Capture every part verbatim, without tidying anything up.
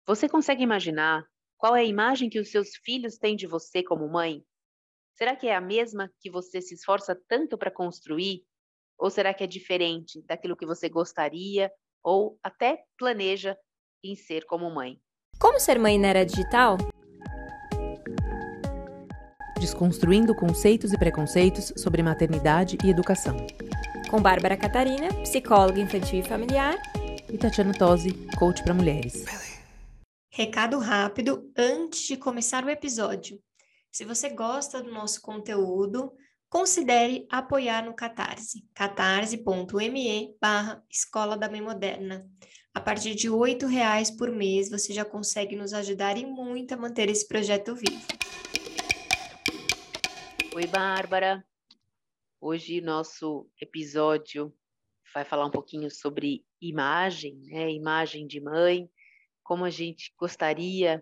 Você consegue imaginar qual é a imagem que os seus filhos têm de você como mãe? Será que é a mesma que você se esforça tanto para construir? Ou será que é diferente daquilo que você gostaria ou até planeja em ser como mãe? Como ser mãe na era digital? Desconstruindo conceitos e preconceitos sobre maternidade e educação. Com Bárbara Catarina, psicóloga infantil e familiar, E Tatiana Tosi, coach para mulheres. Recado rápido antes de começar o episódio. Se você gosta do nosso conteúdo, considere apoiar no Catarse, catarse.me barra Escola da Mãe Moderna. A partir de oito reais por mês, você já consegue nos ajudar e muito a manter esse projeto vivo. Oi, Bárbara. Hoje nosso episódio vai falar um pouquinho sobre imagem, né? Imagem de mãe, como a gente gostaria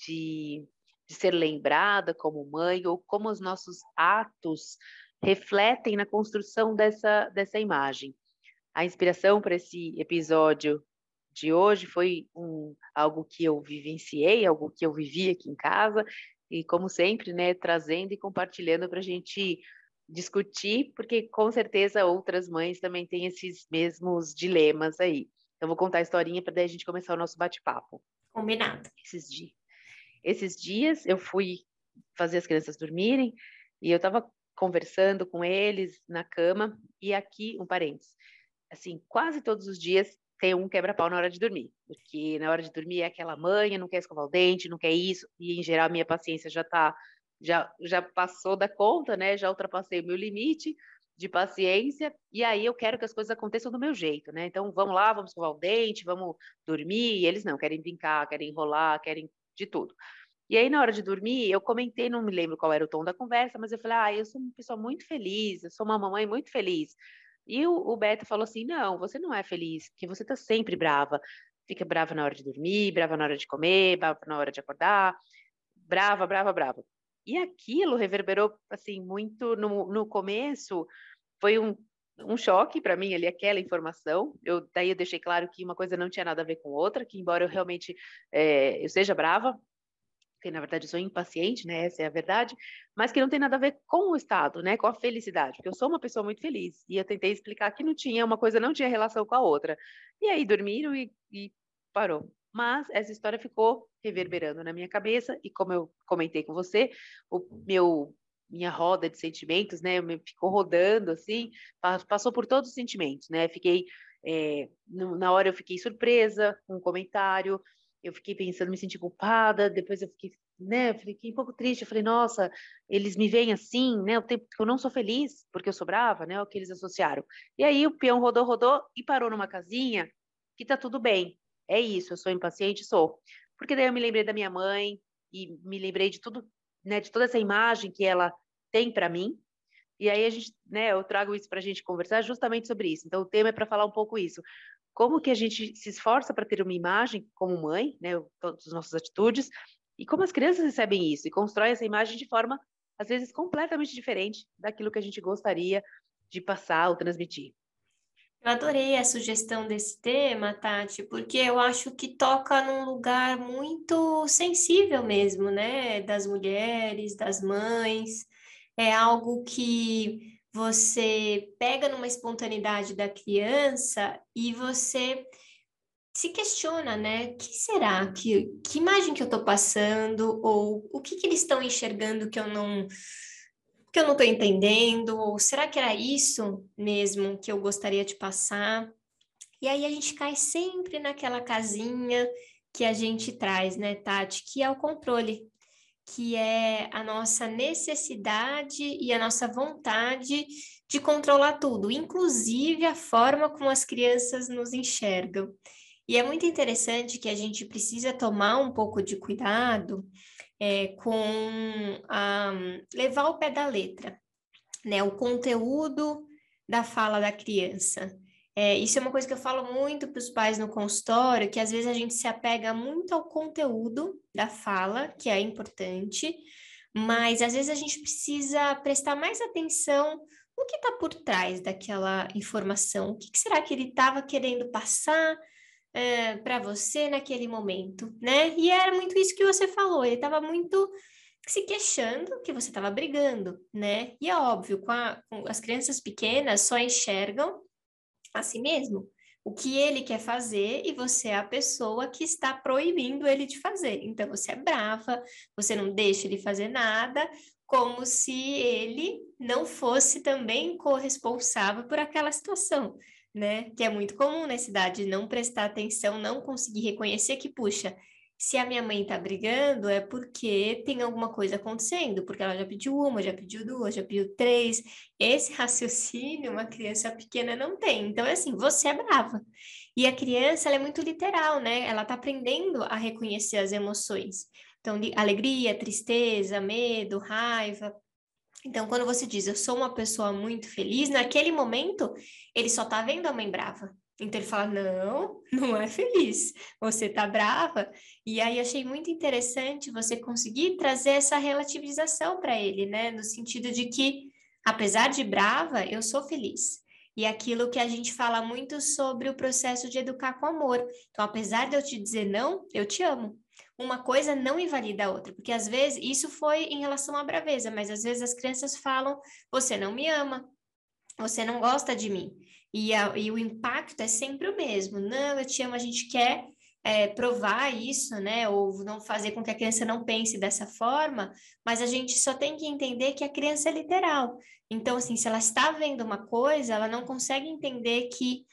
de, de ser lembrada como mãe, ou como os nossos atos refletem na construção dessa, dessa imagem. A inspiração para esse episódio de hoje foi um, algo que eu vivenciei, algo que eu vivi aqui em casa, e como sempre, né, trazendo e compartilhando para a gente discutir, porque com certeza outras mães também têm esses mesmos dilemas aí. Então, vou contar a historinha para daí a gente começar o nosso bate-papo. Combinado. Esses dias, esses dias eu fui fazer as crianças dormirem e eu estava conversando com eles na cama, e aqui, um parênteses, assim, quase todos os dias tem um quebra-pau na hora de dormir, porque na hora de dormir é aquela manha, não quer escovar o dente, não quer isso, e em geral a minha paciência já tá, já, já passou da conta, né, já ultrapassei o meu limite de paciência, e aí eu quero que as coisas aconteçam do meu jeito, né, então vamos lá, vamos escovar o dente, vamos dormir, e eles não, querem brincar, querem enrolar, querem de tudo. E aí, na hora de dormir, eu comentei, não me lembro qual era o tom da conversa, mas eu falei, ah, eu sou uma pessoa muito feliz, eu sou uma mamãe muito feliz. E o, o Beto falou assim, não, você não é feliz, porque você tá sempre brava. Fica brava na hora de dormir, brava na hora de comer, brava na hora de acordar, brava, brava, brava. E aquilo reverberou, assim, muito no, no começo, foi um, um choque para mim ali, aquela informação. Eu, daí eu deixei claro que uma coisa não tinha nada a ver com outra, que embora eu realmente é, eu seja brava, porque na verdade eu sou impaciente, né, essa é a verdade, mas que não tem nada a ver com o estado, né, com a felicidade, porque eu sou uma pessoa muito feliz, e eu tentei explicar que não tinha, uma coisa não tinha relação com a outra, e aí dormiram e, e parou. Mas essa história ficou reverberando na minha cabeça, e como eu comentei com você, o meu, minha roda de sentimentos, né, me ficou rodando assim, passou por todos os sentimentos, né, fiquei, é, no, na hora eu fiquei surpresa com um comentário, eu fiquei pensando, me senti culpada, depois eu fiquei, né, fiquei um pouco triste, eu falei, nossa, eles me veem assim, né, o tempo que eu não sou feliz, porque eu sou brava, né, o que eles associaram. E aí o peão rodou, rodou e parou numa casinha que tá tudo bem, é isso, eu sou impaciente, sou. Porque daí eu me lembrei da minha mãe e me lembrei de tudo, né, de toda essa imagem que ela tem para mim, e aí a gente, né, eu trago isso para a gente conversar justamente sobre isso. Então o tema é para falar um pouco isso. Como que a gente se esforça para ter uma imagem como mãe, né, todas as nossas atitudes, e como as crianças recebem isso e constroem essa imagem de forma, às vezes, completamente diferente daquilo que a gente gostaria de passar ou transmitir. Eu adorei a sugestão desse tema, Tati, porque eu acho que toca num lugar muito sensível mesmo, né? Das mulheres, das mães. É algo que você pega numa espontaneidade da criança e você se questiona, né? Que será? Que, que imagem que eu estou passando? Ou o que que eles estão enxergando que eu não que eu não estou entendendo? Ou será que era isso mesmo que eu gostaria de passar? E aí a gente cai sempre naquela casinha que a gente traz, né, Tati? Que é o controle, que é a nossa necessidade e a nossa vontade de controlar tudo, inclusive a forma como as crianças nos enxergam. E é muito interessante que a gente precisa tomar um pouco de cuidado é, com a, levar o pé da letra, né? O conteúdo da fala da criança. É, isso é uma coisa que eu falo muito para os pais no consultório, que às vezes a gente se apega muito ao conteúdo da fala, que é importante, mas às vezes a gente precisa prestar mais atenção no que está por trás daquela informação. O que, que será que ele estava querendo passar uh, para você naquele momento, né? E era muito isso que você falou, ele estava muito se queixando que você estava brigando, né? E é óbvio, com, a, com as crianças pequenas só enxergam a si mesmo, o que ele quer fazer e você é a pessoa que está proibindo ele de fazer. Então você é brava, você não deixa ele fazer nada, como se ele não fosse também corresponsável por aquela situação, né? Que é muito comum nessa idade, não prestar atenção, não conseguir reconhecer que, puxa, se a minha mãe tá brigando, é porque tem alguma coisa acontecendo, porque ela já pediu uma, já pediu duas, já pediu três. Esse raciocínio uma criança pequena não tem. Então, é assim, você é brava. E a criança, ela é muito literal, né? Ela tá aprendendo a reconhecer as emoções. Então, alegria, tristeza, medo, raiva. Então, quando você diz, eu sou uma pessoa muito feliz, naquele momento, ele só tá vendo a mãe brava. Então ele fala, não, não é feliz, você tá brava. E aí achei muito interessante você conseguir trazer essa relativização para ele, né? No sentido de que, apesar de brava, eu sou feliz. E aquilo que a gente fala muito sobre o processo de educar com amor. Então, apesar de eu te dizer não, eu te amo. Uma coisa não invalida a outra, porque às vezes, isso foi em relação à braveza, mas às vezes as crianças falam, você não me ama, você não gosta de mim. E, a, e o impacto é sempre o mesmo. Não, eu te amo, a gente quer é, provar isso, né? Ou não fazer com que a criança não pense dessa forma, mas a gente só tem que entender que a criança é literal. Então, assim, se ela está vendo uma coisa, ela não consegue entender que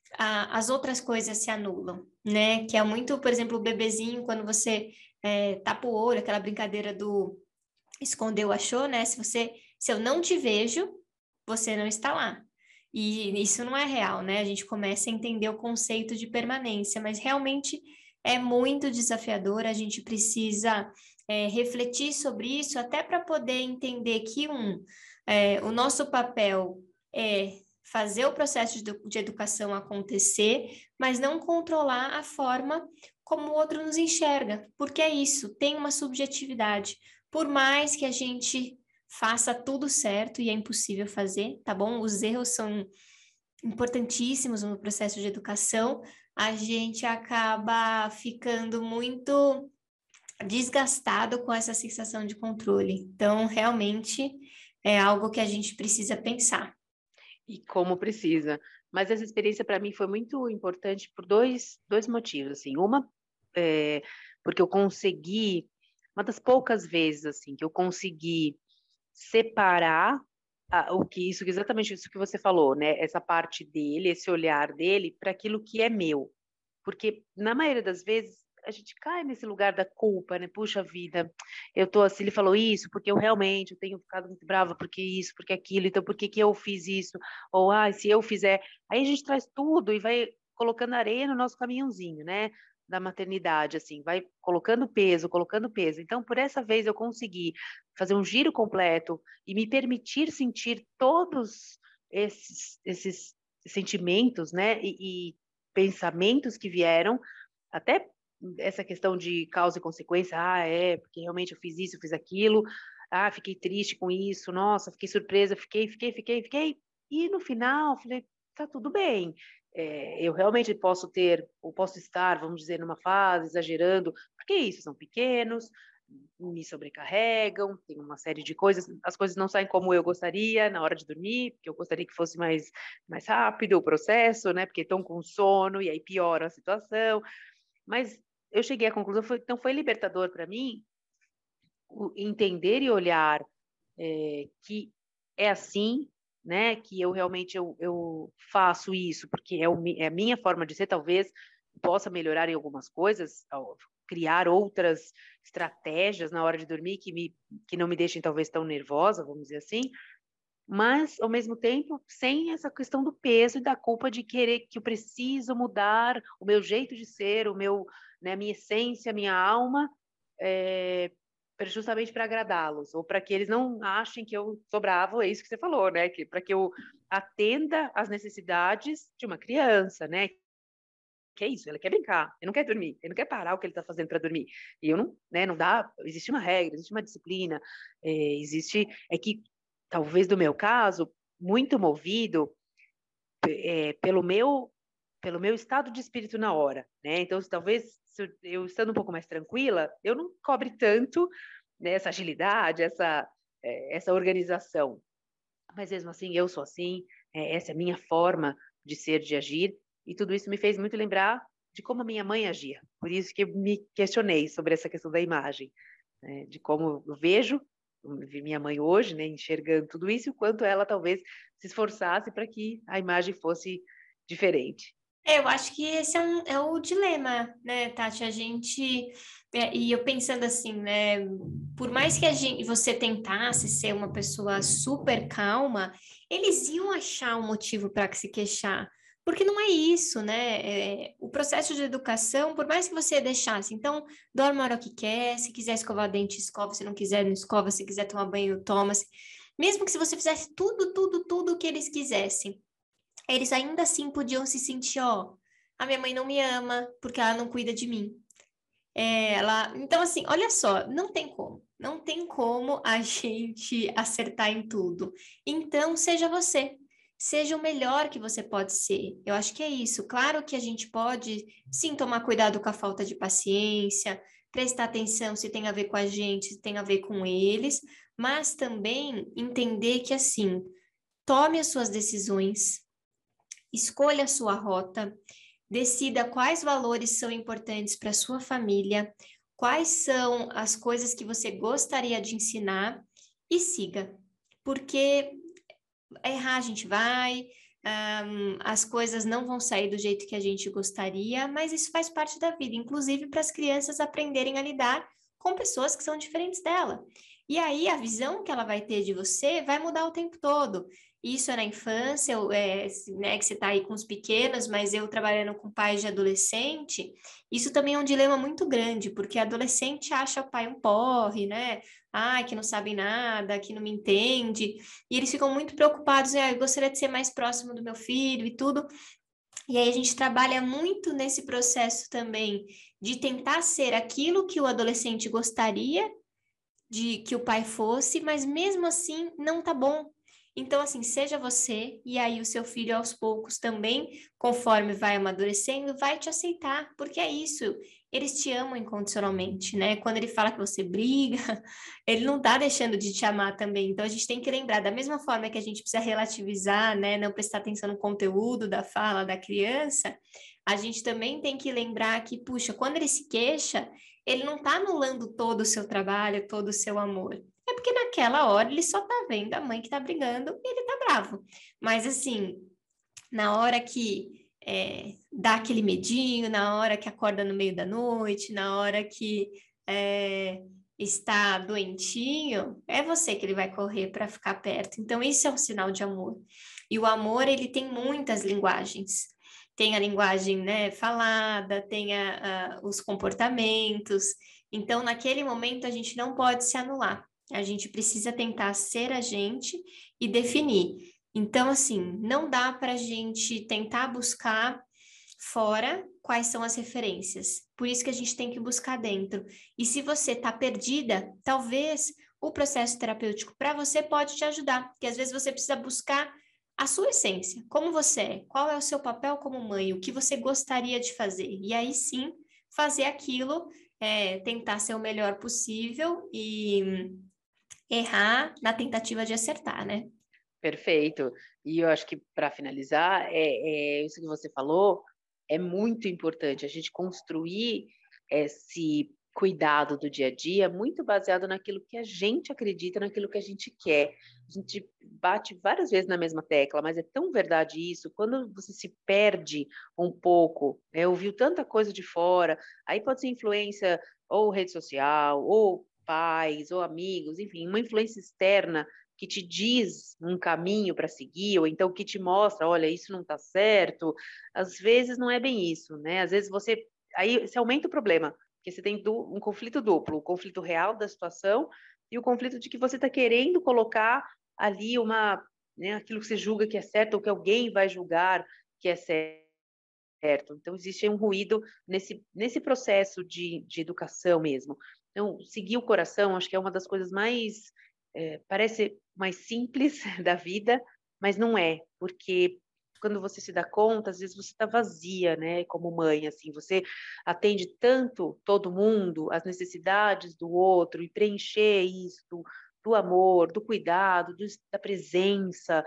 a, as outras coisas se anulam, né? Que é muito, por exemplo, o bebezinho, quando você é, tapa o olho, aquela brincadeira do escondeu, achou, né? Se você, se eu não te vejo, você não está lá. E isso não é real, né? A gente começa a entender o conceito de permanência, mas realmente é muito desafiador, a gente precisa é, refletir sobre isso, até para poder entender que, um, é, o nosso papel é fazer o processo de, de educação acontecer, mas não controlar a forma como o outro nos enxerga, porque é isso, tem uma subjetividade. Por mais que a gente faça tudo certo e é impossível fazer, tá bom? Os erros são importantíssimos no processo de educação, a gente acaba ficando muito desgastado com essa sensação de controle. Então, realmente é algo que a gente precisa pensar. E como precisa. Mas essa experiência para mim foi muito importante por dois, dois motivos, assim. Uma, é, porque eu consegui, uma das poucas vezes, assim, que eu consegui separar a, o que isso, exatamente isso que você falou, né? Essa parte dele, esse olhar dele para aquilo que é meu. Porque, na maioria das vezes, a gente cai nesse lugar da culpa, né? Puxa vida, eu tô assim, ele falou isso, porque eu realmente eu tenho ficado muito brava, porque isso, porque aquilo, então por que que eu fiz isso? Ou, ah, se eu fizer... Aí a gente traz tudo e vai colocando areia no nosso caminhãozinho, né? Da maternidade, assim, vai colocando peso, colocando peso. Então, por essa vez eu consegui fazer um giro completo e me permitir sentir todos esses, esses sentimentos, né? E, e pensamentos que vieram, até essa questão de causa e consequência, ah, é, porque realmente eu fiz isso, eu fiz aquilo, ah, fiquei triste com isso, nossa, fiquei surpresa, fiquei, fiquei, fiquei, fiquei, e no final, falei, tá tudo bem, é, eu realmente posso ter, ou posso estar, vamos dizer, numa fase, exagerando, porque isso, são pequenos, me sobrecarregam, tem uma série de coisas, as coisas não saem como eu gostaria na hora de dormir, porque eu gostaria que fosse mais, mais rápido o processo, né, porque estão com sono, e aí piora a situação, mas eu cheguei à conclusão, foi, então foi libertador para mim o entender e olhar é, que é assim, né? Que eu realmente eu, eu faço isso porque é, o, é a minha forma de ser, talvez possa melhorar em algumas coisas, criar outras estratégias na hora de dormir que, me, que não me deixem talvez tão nervosa, vamos dizer assim, mas ao mesmo tempo sem essa questão do peso e da culpa de querer que eu preciso mudar o meu jeito de ser, o meu, né, a minha essência, a minha alma, é, justamente para agradá-los, ou para que eles não achem que eu sou bravo, é isso que você falou, né? Que, para que eu atenda às necessidades de uma criança, né? Que é isso, ela quer brincar, ele não quer dormir, ele não quer parar o que ele está fazendo para dormir. E eu não, né, não dá, existe uma regra, existe uma disciplina, é, existe, é que talvez do meu caso, muito movido é, pelo meu pelo meu estado de espírito na hora, né? Então, talvez eu, eu estando um pouco mais tranquila, eu não cobre tanto, né, essa agilidade, essa, é, essa organização. Mas mesmo assim, eu sou assim, é, essa é a minha forma de ser, de agir, e tudo isso me fez muito lembrar de como a minha mãe agia. Por isso que eu me questionei sobre essa questão da imagem, né, de como eu vejo minha mãe hoje, né, enxergando tudo isso, e o quanto ela talvez se esforçasse para que a imagem fosse diferente. É, eu acho que esse é, um, é o dilema, né, Tati? A gente, é, e eu pensando assim, né, por mais que a gente, você tentasse ser uma pessoa super calma, eles iam achar um motivo para se queixar, porque não é isso, né? É, o processo de educação, por mais que você deixasse, então, dorme a hora que quer, se quiser escovar dente, escova, se não quiser, não escova, se quiser tomar banho, toma, -se. Mesmo que se você fizesse tudo, tudo, tudo o que eles quisessem, eles ainda assim podiam se sentir, ó, a minha mãe não me ama porque ela não cuida de mim. É, ela, então, assim, olha só, não tem como, não tem como a gente acertar em tudo. Então, seja você, seja o melhor que você pode ser. Eu acho que é isso. Claro que a gente pode, sim, tomar cuidado com a falta de paciência, prestar atenção se tem a ver com a gente, se tem a ver com eles, mas também entender que, assim, tome as suas decisões, escolha a sua rota, decida quais valores são importantes para a sua família, quais são as coisas que você gostaria de ensinar e siga. Porque errar a gente vai, um, as coisas não vão sair do jeito que a gente gostaria, mas isso faz parte da vida, inclusive para as crianças aprenderem a lidar com pessoas que são diferentes dela. E aí a visão que ela vai ter de você vai mudar o tempo todo. Isso é na infância, é, né, que você está aí com os pequenos, mas eu trabalhando com pais de adolescente, isso também é um dilema muito grande, porque adolescente acha o pai um porre, né? Ai, que não sabe nada, que não me entende, e eles ficam muito preocupados, ah, eu gostaria de ser mais próximo do meu filho e tudo. E aí a gente trabalha muito nesse processo também de tentar ser aquilo que o adolescente gostaria de que o pai fosse, mas mesmo assim não tá bom. Então, assim, seja você, e aí o seu filho aos poucos também, conforme vai amadurecendo, vai te aceitar, porque é isso, eles te amam incondicionalmente, né? Quando ele fala que você briga, ele não tá deixando de te amar também. Então, a gente tem que lembrar, da mesma forma que a gente precisa relativizar, né? Não prestar atenção no conteúdo da fala da criança, a gente também tem que lembrar que, puxa, quando ele se queixa, ele não tá anulando todo o seu trabalho, todo o seu amor. É porque naquela hora ele só tá vendo a mãe que tá brigando e ele tá bravo. Mas assim, na hora que é, dá aquele medinho, na hora que acorda no meio da noite, na hora que é, está doentinho, é você que ele vai correr para ficar perto. Então, isso é um sinal de amor. E o amor, ele tem muitas linguagens. Tem a linguagem, né, falada, tem a, a, os comportamentos. Então, naquele momento, a gente não pode se anular. A gente precisa tentar ser a gente e definir. Então, assim, não dá para a gente tentar buscar fora quais são as referências. Por isso que a gente tem que buscar dentro. E se você está perdida, talvez o processo terapêutico para você pode te ajudar, porque às vezes você precisa buscar a sua essência, como você é, qual é o seu papel como mãe, o que você gostaria de fazer. E aí sim, fazer aquilo, é, tentar ser o melhor possível e errar na tentativa de acertar, né? Perfeito. E eu acho que, para finalizar, é, é isso que você falou, é muito importante a gente construir esse cuidado do dia a dia muito baseado naquilo que a gente acredita, naquilo que a gente quer. A gente bate várias vezes na mesma tecla, mas é tão verdade isso. Quando você se perde um pouco, é, ouviu tanta coisa de fora, aí pode ser influência ou rede social, ou pais, ou amigos, enfim, uma influência externa que te diz um caminho para seguir, ou então que te mostra, olha, isso não está certo. Às vezes não é bem isso, né? Às vezes você, aí você aumenta o problema, porque você tem um conflito duplo, o conflito real da situação e o conflito de que você está querendo colocar ali uma, né, aquilo que você julga que é certo, ou que alguém vai julgar que é certo. Então, existe um ruído nesse, nesse processo de, de educação mesmo. Então, seguir o coração, acho que é uma das coisas mais, é, parece mais simples da vida, mas não é, porque quando você se dá conta, às vezes você está vazia, né, como mãe, assim, você atende tanto todo mundo, as necessidades do outro, e preencher isso, do, do amor, do cuidado, do, da presença,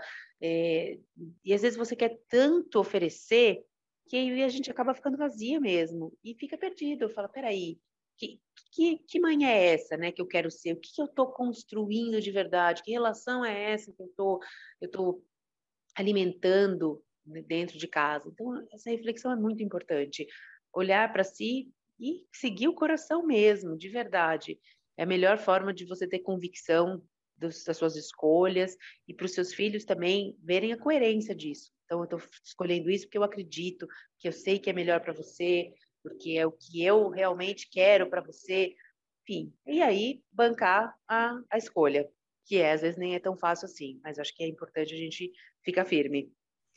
é, e às vezes você quer tanto oferecer, que aí a gente acaba ficando vazia mesmo, e fica perdido, fala, peraí, que, que, que mãe é essa, né, que eu quero ser? O que, que eu estou construindo de verdade? Que relação é essa que eu tô, eu tô alimentando, né, dentro de casa? Então, essa reflexão é muito importante. Olhar para si e seguir o coração mesmo, de verdade. É a melhor forma de você ter convicção dos, das suas escolhas e para os seus filhos também verem a coerência disso. Então, eu estou escolhendo isso porque eu acredito, que eu sei que é melhor para você, porque é o que eu realmente quero para você, enfim. E aí, bancar a, a escolha, que é, às vezes nem é tão fácil assim, mas acho que é importante a gente ficar firme.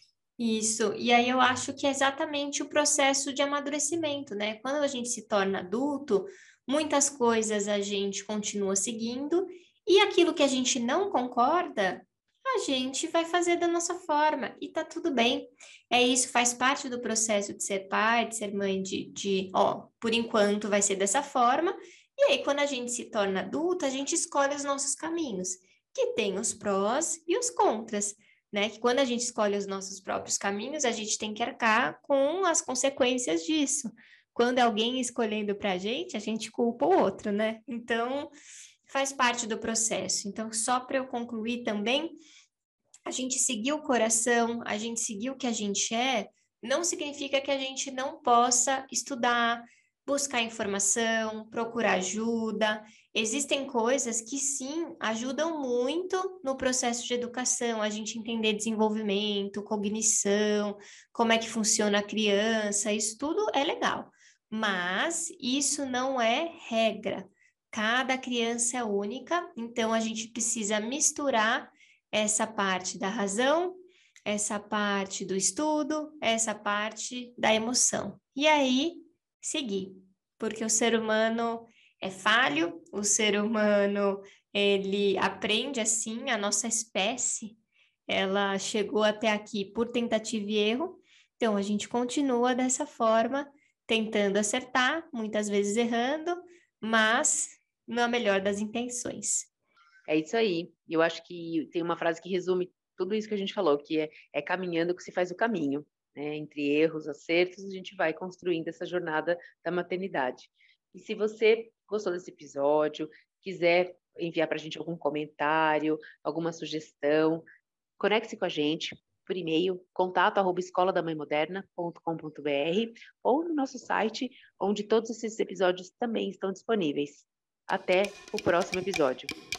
Isso, e aí eu acho que é exatamente o processo de amadurecimento, né? Quando a gente se torna adulto, muitas coisas a gente continua seguindo, e aquilo que a gente não concorda, a gente vai fazer da nossa forma, e tá tudo bem. É isso, faz parte do processo de ser pai, de ser mãe, de, de, ó, por enquanto vai ser dessa forma, e aí quando a gente se torna adulto, a gente escolhe os nossos caminhos, que tem os prós e os contras. Né? Que quando a gente escolhe os nossos próprios caminhos, a gente tem que arcar com as consequências disso. Quando é alguém escolhendo para a gente, a gente culpa o outro, né? Então, faz parte do processo. Então, só para eu concluir também, a gente seguir o coração, a gente seguir o que a gente é, não significa que a gente não possa estudar, buscar informação, procurar ajuda. Existem coisas que sim ajudam muito no processo de educação, a gente entender desenvolvimento, cognição, como é que funciona a criança, isso tudo é legal. Mas isso não é regra. Cada criança é única, então a gente precisa misturar essa parte da razão, essa parte do estudo, essa parte da emoção. E aí, seguir, porque o ser humano é falho, o ser humano, ele aprende assim, a nossa espécie, ela chegou até aqui por tentativa e erro, então a gente continua dessa forma, tentando acertar, muitas vezes errando, mas na melhor das intenções. É isso aí. Eu acho que tem uma frase que resume tudo isso que a gente falou, que é, é caminhando que se faz o caminho, né? Entre erros, acertos, a gente vai construindo essa jornada da maternidade. E se você gostou desse episódio, quiser enviar para a gente algum comentário, alguma sugestão, conecte-se com a gente por e-mail, contato arroba escola da mãe moderna ponto com ponto br ou no nosso site, onde todos esses episódios também estão disponíveis. Até o próximo episódio.